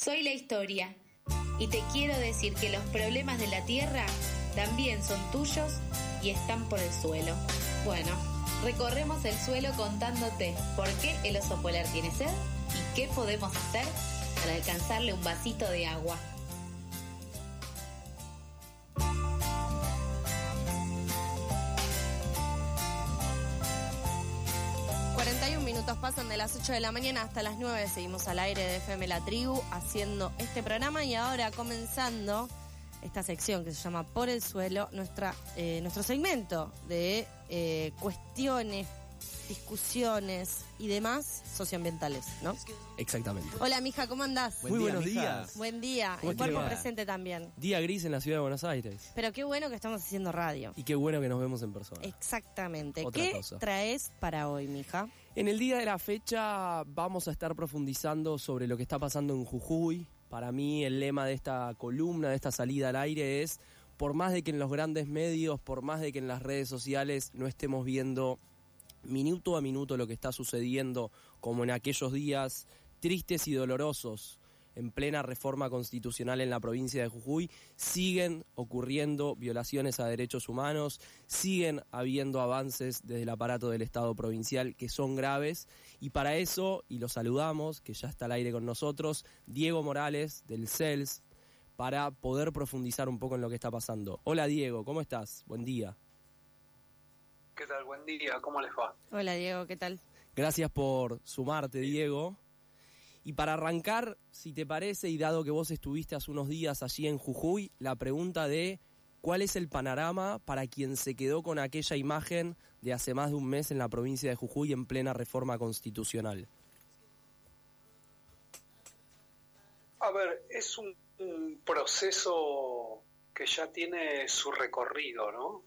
Soy la historia y te quiero decir que los problemas de la tierra también son tuyos y están por el suelo. Bueno, recorremos el suelo contándote por qué el oso polar tiene sed y qué podemos hacer para alcanzarle un vasito de agua. Minutos pasan de las 8 de la mañana hasta las 9. Seguimos al aire de FM La Tribu haciendo este programa y ahora comenzando esta sección que se llama Por el Suelo, nuestro segmento de cuestiones, discusiones y demás socioambientales, ¿no? Exactamente. Hola, mija, ¿cómo andás? Muy buenos días. Buen día. El cuerpo presente también. Día gris en la ciudad de Buenos Aires. Pero qué bueno que estamos haciendo radio. Y qué bueno que nos vemos en persona. Exactamente. Otra ¿Qué cosa traes para hoy, mija? En el día de la fecha vamos a estar profundizando sobre lo que está pasando en Jujuy. Para mí el lema de esta columna, de esta salida al aire es: por más de que en los grandes medios, por más de que en las redes sociales no estemos viendo minuto a minuto lo que está sucediendo, como en aquellos días tristes y dolorosos en plena reforma constitucional en la provincia de Jujuy, siguen ocurriendo violaciones a derechos humanos, siguen habiendo avances desde el aparato del Estado provincial que son graves, y para eso, y lo saludamos, que ya está al aire con nosotros, Diego Morales del CELS, para poder profundizar un poco en lo que está pasando. Hola Diego, ¿cómo estás? Buen día. ¿Qué tal? Buen día, ¿cómo les va? Hola Diego, ¿qué tal? Gracias por sumarte, Diego. Y para arrancar, si te parece, y dado que vos estuviste hace unos días allí en Jujuy, la pregunta de ¿cuál es el panorama para quien se quedó con aquella imagen de hace más de un mes en la provincia de Jujuy en plena reforma constitucional? A ver, es un proceso que ya tiene su recorrido, ¿no?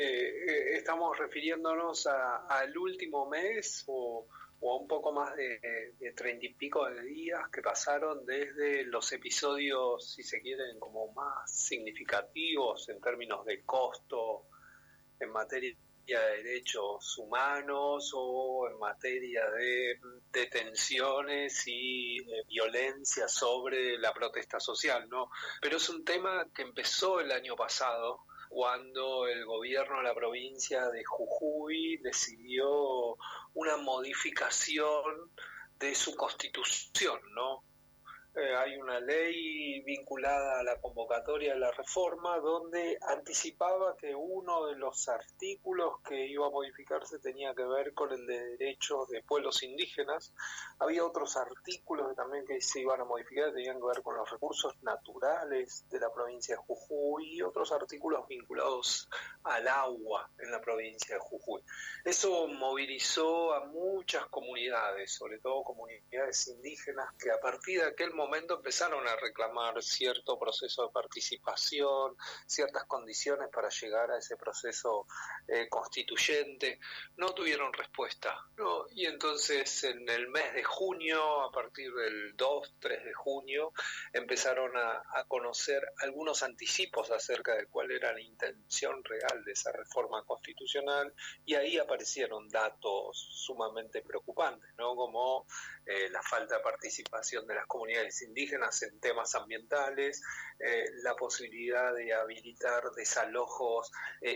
Estamos refiriéndonos al último mes o a un poco más de 30 y pico de días que pasaron desde los episodios, si se quieren, como más significativos en términos de costo en materia de derechos humanos o en materia de detenciones y violencia sobre la protesta social, ¿no? Pero es un tema que empezó el año pasado, cuando el gobierno de la provincia de Jujuy decidió una modificación de su constitución, ¿no? Hay una ley vinculada a la convocatoria de la reforma donde anticipaba que uno de los artículos que iba a modificarse tenía que ver con el de derechos de pueblos indígenas. Había otros artículos también que se iban a modificar que tenían que ver con los recursos naturales de la provincia de Jujuy y otros artículos vinculados al agua en la provincia de Jujuy. Eso movilizó a muchas comunidades, sobre todo comunidades indígenas, que a partir de aquel momento empezaron a reclamar cierto proceso de participación, ciertas condiciones para llegar a ese proceso constituyente. No tuvieron respuesta, ¿no? Y entonces en el mes de junio, a partir del 2-3 de junio, empezaron a conocer algunos anticipos acerca de cuál era la intención real de esa reforma constitucional, y ahí aparecieron datos sumamente preocupantes, ¿no? Como la falta de participación de las comunidades indígenas en temas ambientales, la posibilidad de habilitar desalojos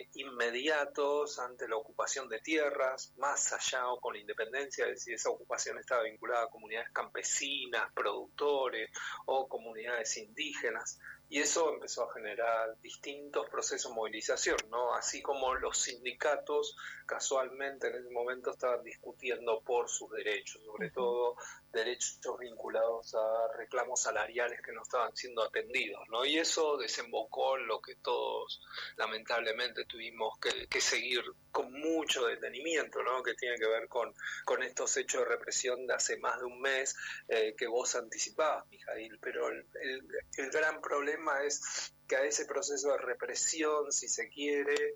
inmediatos ante la ocupación de tierras, más allá o con la independencia de si esa ocupación estaba vinculada a comunidades campesinas, productores o comunidades indígenas. Y eso empezó a generar distintos procesos de movilización, ¿no? Así como los sindicatos casualmente en ese momento estaban discutiendo por sus derechos, sobre todo derechos vinculados a reclamos salariales que no estaban siendo atendidos, ¿no? Y eso desembocó en lo que todos lamentablemente tuvimos que seguir con mucho detenimiento, ¿no? Que tiene que ver con estos hechos de represión de hace más de un mes que vos anticipabas, Mijail. Pero el gran problema es que a ese proceso de represión, si se quiere,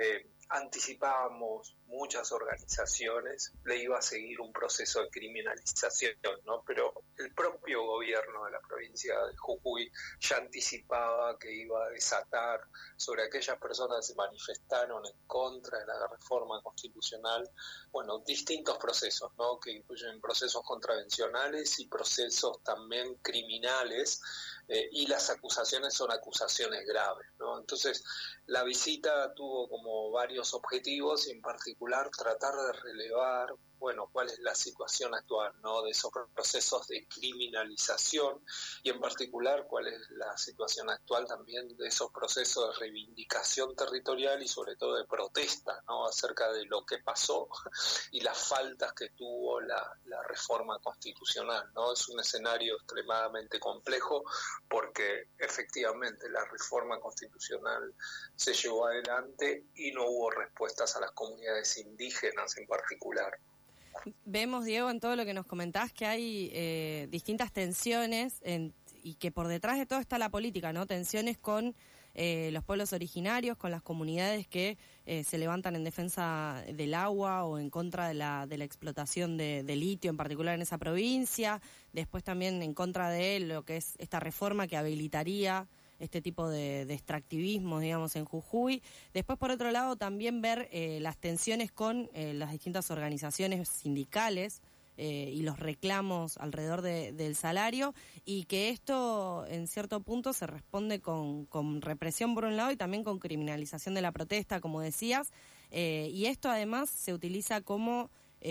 anticipábamos muchas organizaciones, le iba a seguir un proceso de criminalización, ¿no? Pero el propio gobierno de la provincia de Jujuy ya anticipaba que iba a desatar sobre aquellas personas que se manifestaron en contra de la reforma constitucional, bueno, distintos procesos, ¿no? Que incluyen procesos contravencionales y procesos también criminales, y las acusaciones son acusaciones graves, ¿no? Entonces, la visita tuvo como varios objetivos y en particular tratar de relevar, bueno, cuál es la situación actual, ¿no? De esos procesos de criminalización y en particular cuál es la situación actual también de esos procesos de reivindicación territorial y sobre todo de protesta, ¿no? Acerca de lo que pasó y las faltas que tuvo la reforma constitucional, ¿no? Es un escenario extremadamente complejo porque efectivamente la reforma constitucional se llevó adelante y no hubo respuestas a las comunidades indígenas en particular. Vemos, Diego, en todo lo que nos comentás que hay distintas tensiones y que por detrás de todo está la política, ¿no? Tensiones con los pueblos originarios, con las comunidades que se levantan en defensa del agua o en contra de la explotación de litio, en particular en esa provincia. Después también en contra de lo que es esta reforma que habilitaría este tipo de extractivismo, digamos, en Jujuy. Después, por otro lado, también ver las tensiones con las distintas organizaciones sindicales y los reclamos alrededor del salario, y que esto, en cierto punto, se responde con represión por un lado y también con criminalización de la protesta, como decías, y esto además se utiliza como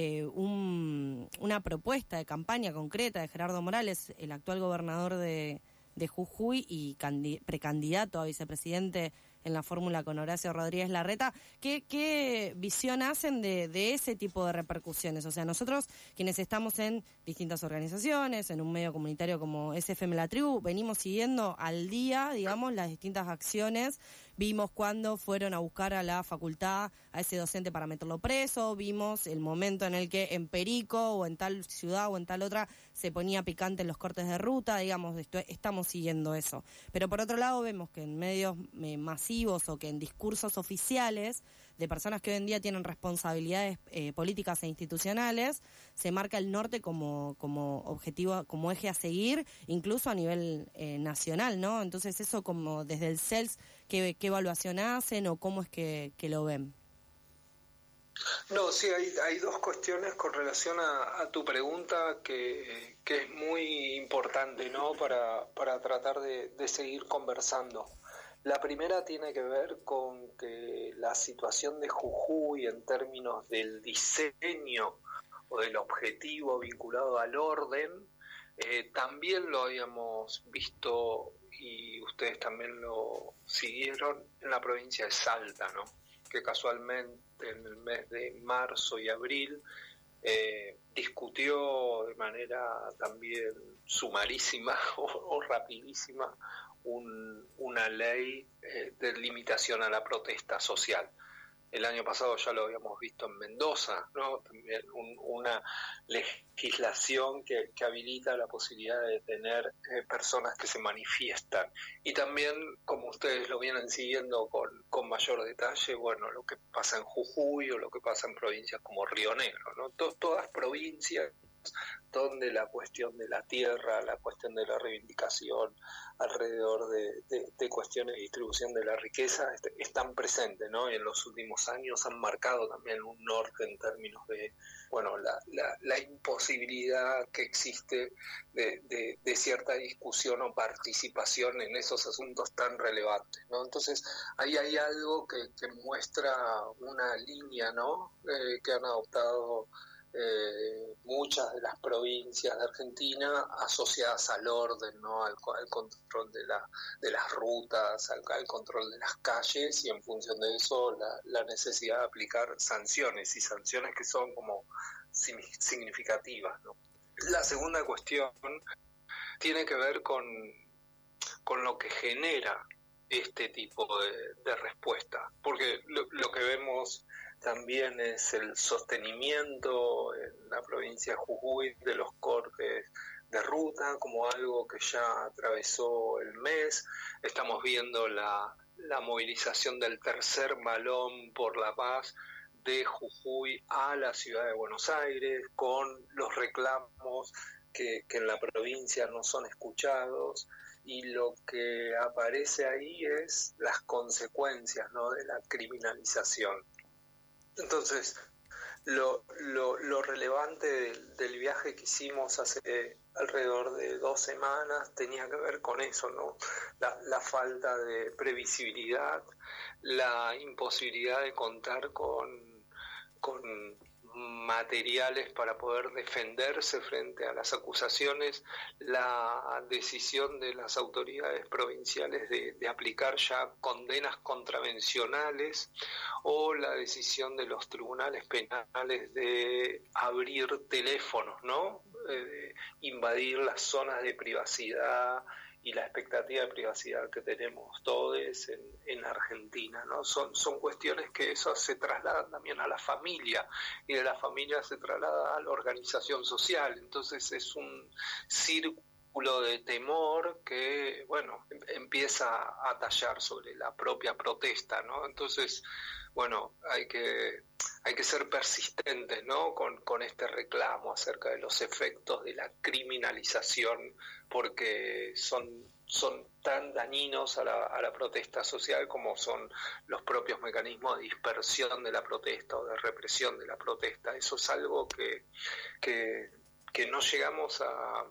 una propuesta de campaña concreta de Gerardo Morales, el actual gobernador de Jujuy y precandidato a vicepresidente en la fórmula con Horacio Rodríguez Larreta. ¿Qué visión hacen de ese tipo de repercusiones? O sea, nosotros, quienes estamos en distintas organizaciones, en un medio comunitario como SFM La Tribu, venimos siguiendo al día, digamos, las distintas acciones. Vimos cuando fueron a buscar a la facultad a ese docente para meterlo preso, vimos el momento en el que en Perico o en tal ciudad o en tal otra se ponía picante en los cortes de ruta, digamos, estamos siguiendo eso. Pero por otro lado vemos que en medios masivos o que en discursos oficiales de personas que hoy en día tienen responsabilidades políticas e institucionales, se marca el norte como objetivo, como eje a seguir, incluso a nivel nacional, ¿no? Entonces eso, como desde el CELS, ¿qué evaluación hacen o cómo es que lo ven? No, sí, hay dos cuestiones con relación a tu pregunta que es muy importante, ¿no? Para tratar de seguir conversando. La primera tiene que ver con que la situación de Jujuy en términos del diseño o del objetivo vinculado al orden, también lo habíamos visto y ustedes también lo siguieron en la provincia de Salta, ¿no? Que casualmente en el mes de marzo y abril discutió de manera también sumarísima o rapidísima una ley de limitación a la protesta social. El año pasado ya lo habíamos visto en Mendoza, ¿no? También una legislación que habilita la posibilidad de tener personas que se manifiestan. Y también, como ustedes lo vienen siguiendo con mayor detalle, bueno, lo que pasa en Jujuy o lo que pasa en provincias como Río Negro, ¿no? Todas provincias donde la cuestión de la tierra, la cuestión de la reivindicación alrededor de cuestiones de distribución de la riqueza están presentes, ¿no? Y en los últimos años han marcado también un norte en términos de, bueno, la imposibilidad que existe de cierta discusión o participación en esos asuntos tan relevantes, ¿no? Entonces, ahí hay algo que muestra una línea, ¿no? Que han adoptado muchas de las provincias de Argentina asociadas al orden, ¿no? al control de las rutas, al control de las calles, y en función de eso la necesidad de aplicar sanciones, y sanciones que son como significativas, ¿no? La segunda cuestión tiene que ver con lo que genera este tipo de respuesta, porque lo que vemos también es el sostenimiento en la provincia de Jujuy de los cortes de ruta como algo que ya atravesó el mes. Estamos viendo la movilización del tercer malón por la paz de Jujuy a la ciudad de Buenos Aires, con los reclamos que en la provincia no son escuchados, y lo que aparece ahí es las consecuencias, ¿no?, de la criminalización. Entonces, lo relevante del viaje que hicimos hace alrededor de 2 semanas tenía que ver con eso, ¿no? La falta de previsibilidad, la imposibilidad de contar con materiales para poder defenderse frente a las acusaciones, la decisión de las autoridades provinciales de aplicar ya condenas contravencionales, o la decisión de los tribunales penales de abrir teléfonos, ¿no? Invadir las zonas de privacidad y la expectativa de privacidad que tenemos todos en Argentina, ¿no? Son cuestiones que eso se trasladan también a la familia, y de la familia se traslada a la organización social. Entonces es un círculo de temor que, bueno, empieza a tallar sobre la propia protesta, ¿no? Entonces, bueno, hay que ser persistentes, ¿no?, con este reclamo acerca de los efectos de la criminalización, porque son tan dañinos a la protesta social como son los propios mecanismos de dispersión de la protesta o de represión de la protesta. Eso es algo que no llegamos a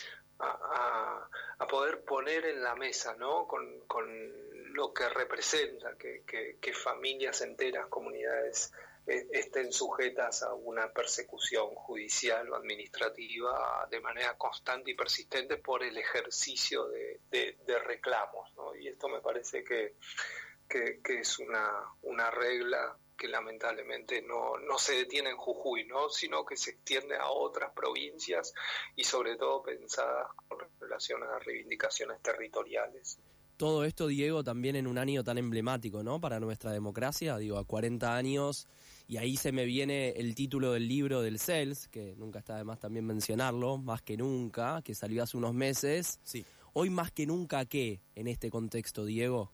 poder poner en la mesa, ¿no?, con lo que representa que familias enteras, comunidades estén sujetas a una persecución judicial o administrativa de manera constante y persistente por el ejercicio de reclamos, ¿no? Y esto me parece que es una regla que lamentablemente no se detiene en Jujuy, ¿no?, sino que se extiende a otras provincias, y sobre todo pensadas con relación a reivindicaciones territoriales. Todo esto, Diego, también en un año tan emblemático, ¿no?, para nuestra democracia, digo, a 40 años, y ahí se me viene el título del libro del CELS, que nunca está de más también mencionarlo, Más que Nunca, que salió hace unos meses. Sí. Hoy más que nunca, ¿qué en este contexto, Diego?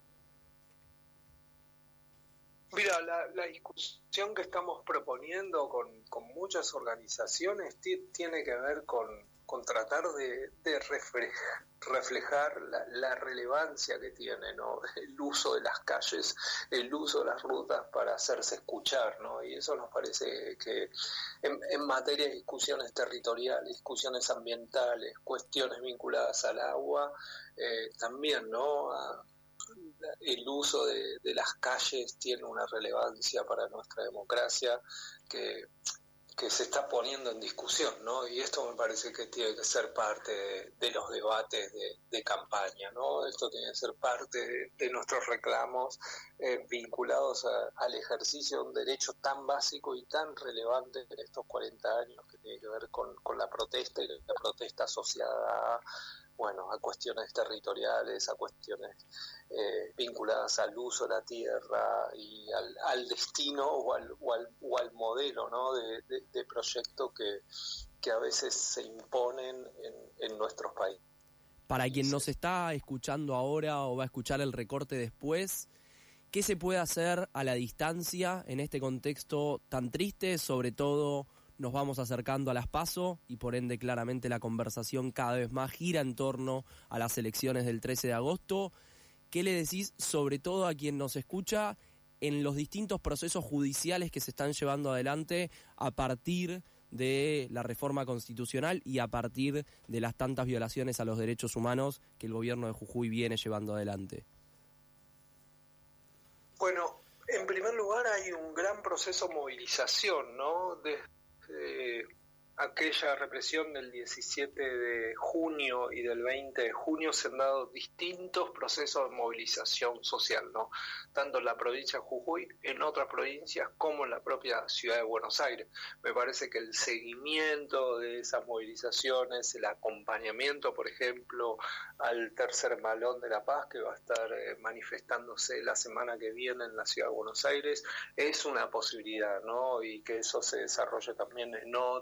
Mira, la discusión que estamos proponiendo con muchas organizaciones tiene que ver con tratar de reflejar la relevancia que tiene, ¿no?, el uso de las calles, el uso de las rutas para hacerse escuchar, ¿no? Y eso nos parece que en materia de discusiones territoriales, discusiones ambientales, cuestiones vinculadas al agua, también, ¿no?, el uso de las calles tiene una relevancia para nuestra democracia que se está poniendo en discusión, ¿no? Y esto me parece que tiene que ser parte de los debates de campaña, ¿no? Esto tiene que ser parte de nuestros reclamos vinculados al ejercicio de un derecho tan básico y tan relevante en estos 40 años, que tiene que ver con la protesta, y la protesta asociada a cuestiones territoriales, a cuestiones vinculadas al uso de la tierra y al destino o al modelo, ¿no?, de proyecto que a veces se imponen en nuestros países. Para quien nos está escuchando ahora o va a escuchar el recorte después, ¿qué se puede hacer a la distancia en este contexto tan triste? Sobre todo nos vamos acercando a las PASO y por ende claramente la conversación cada vez más gira en torno a las elecciones del 13 de agosto. ¿Qué le decís sobre todo a quien nos escucha en los distintos procesos judiciales que se están llevando adelante a partir de la reforma constitucional y a partir de las tantas violaciones a los derechos humanos que el gobierno de Jujuy viene llevando adelante? Bueno, en primer lugar hay un gran proceso de movilización, ¿no? Desde aquella represión del 17 de junio y del 20 de junio se han dado distintos procesos de movilización social, ¿no? Tanto en la provincia de Jujuy, en otras provincias, como en la propia ciudad de Buenos Aires. Me parece que el seguimiento de esas movilizaciones, el acompañamiento, por ejemplo, al Tercer Malón de la Paz, que va a estar manifestándose la semana que viene en la ciudad de Buenos Aires, es una posibilidad, ¿no? Y que eso se desarrolle también en otras ciudades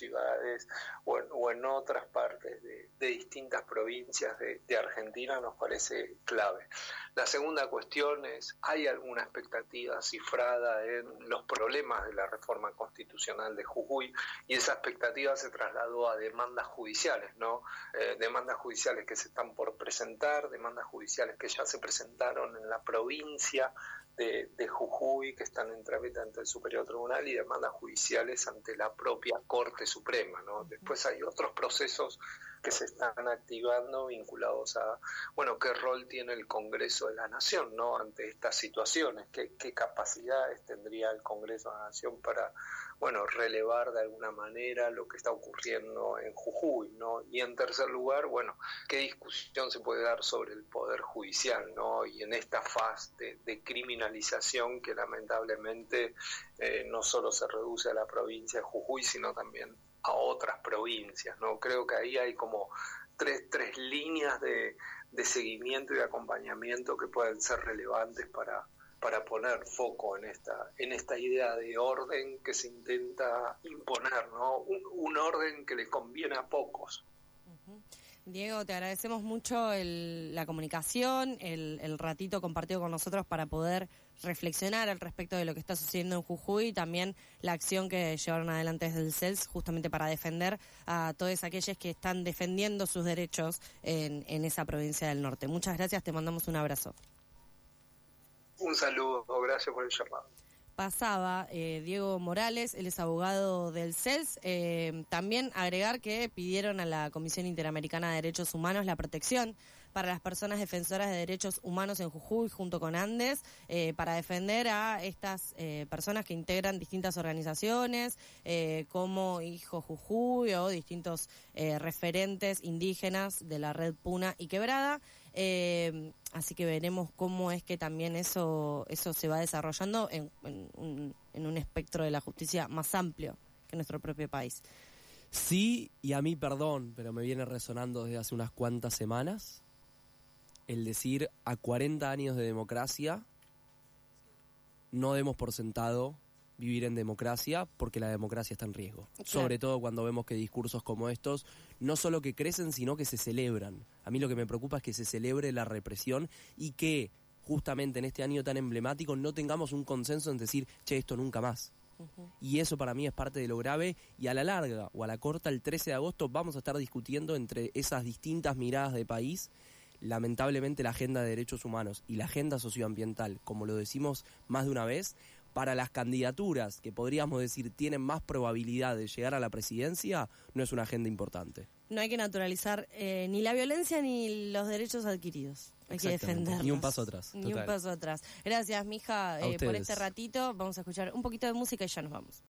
ciudades o en otras partes de distintas provincias de Argentina nos parece clave. La segunda cuestión es, ¿hay alguna expectativa cifrada en los problemas de la reforma constitucional de Jujuy? Y esa expectativa se trasladó a demandas judiciales, ¿no? Demandas judiciales que se están por presentar, demandas judiciales que ya se presentaron en la provincia de Jujuy, que están en trámite ante el Superior Tribunal, y demandas judiciales ante la propia Corte Suprema, ¿no? Después hay otros procesos que se están activando vinculados a, bueno, qué rol tiene el Congreso de la Nación, ¿no? Ante estas situaciones, qué capacidades tendría el Congreso de la Nación para, bueno, relevar de alguna manera lo que está ocurriendo en Jujuy, ¿no? Y en tercer lugar, bueno, qué discusión se puede dar sobre el Poder Judicial, ¿no? Y en esta fase de criminalización que lamentablemente no solo se reduce a la provincia de Jujuy, sino también a otras provincias, ¿no? Creo que ahí hay como tres líneas de seguimiento y de acompañamiento que pueden ser relevantes para poner foco en esta idea de orden que se intenta imponer, ¿no? Un orden que le conviene a pocos. Uh-huh. Diego, te agradecemos mucho la comunicación, el ratito compartido con nosotros para poder reflexionar al respecto de lo que está sucediendo en Jujuy y también la acción que llevaron adelante desde el CELS justamente para defender a todos aquellos que están defendiendo sus derechos en esa provincia del norte. Muchas gracias, te mandamos un abrazo. Un saludo, gracias por el llamado. Pasaba Diego Morales, él es abogado del CELS. También agregar que pidieron a la Comisión Interamericana de Derechos Humanos la protección para las personas defensoras de derechos humanos en Jujuy junto con Andes, para defender a estas personas que integran distintas organizaciones como Hijo Jujuy o distintos referentes indígenas de la red Puna y Quebrada. Así que veremos cómo es que también eso se va desarrollando en un espectro de la justicia más amplio que nuestro propio país. Sí, y a mí perdón, pero me viene resonando desde hace unas cuantas semanas el decir, a 40 años de democracia no demos por sentado vivir en democracia, porque la democracia está en riesgo. Claro. Sobre todo cuando vemos que discursos como estos no solo que crecen, sino que se celebran. A mí lo que me preocupa es que se celebre la represión y que justamente en este año tan emblemático no tengamos un consenso en decir, che, esto nunca más. Uh-huh. Y eso para mí es parte de lo grave, y a la larga o a la corta, el 13 de agosto vamos a estar discutiendo entre esas distintas miradas de país, lamentablemente la agenda de derechos humanos y la agenda socioambiental, como lo decimos más de una vez, para las candidaturas que podríamos decir tienen más probabilidad de llegar a la presidencia, no es una agenda importante. No hay que naturalizar ni la violencia ni los derechos adquiridos. Hay que defenderlos. Ni un paso atrás. Ni un paso atrás. Gracias, mija, por este ratito. Vamos a escuchar un poquito de música y ya nos vamos.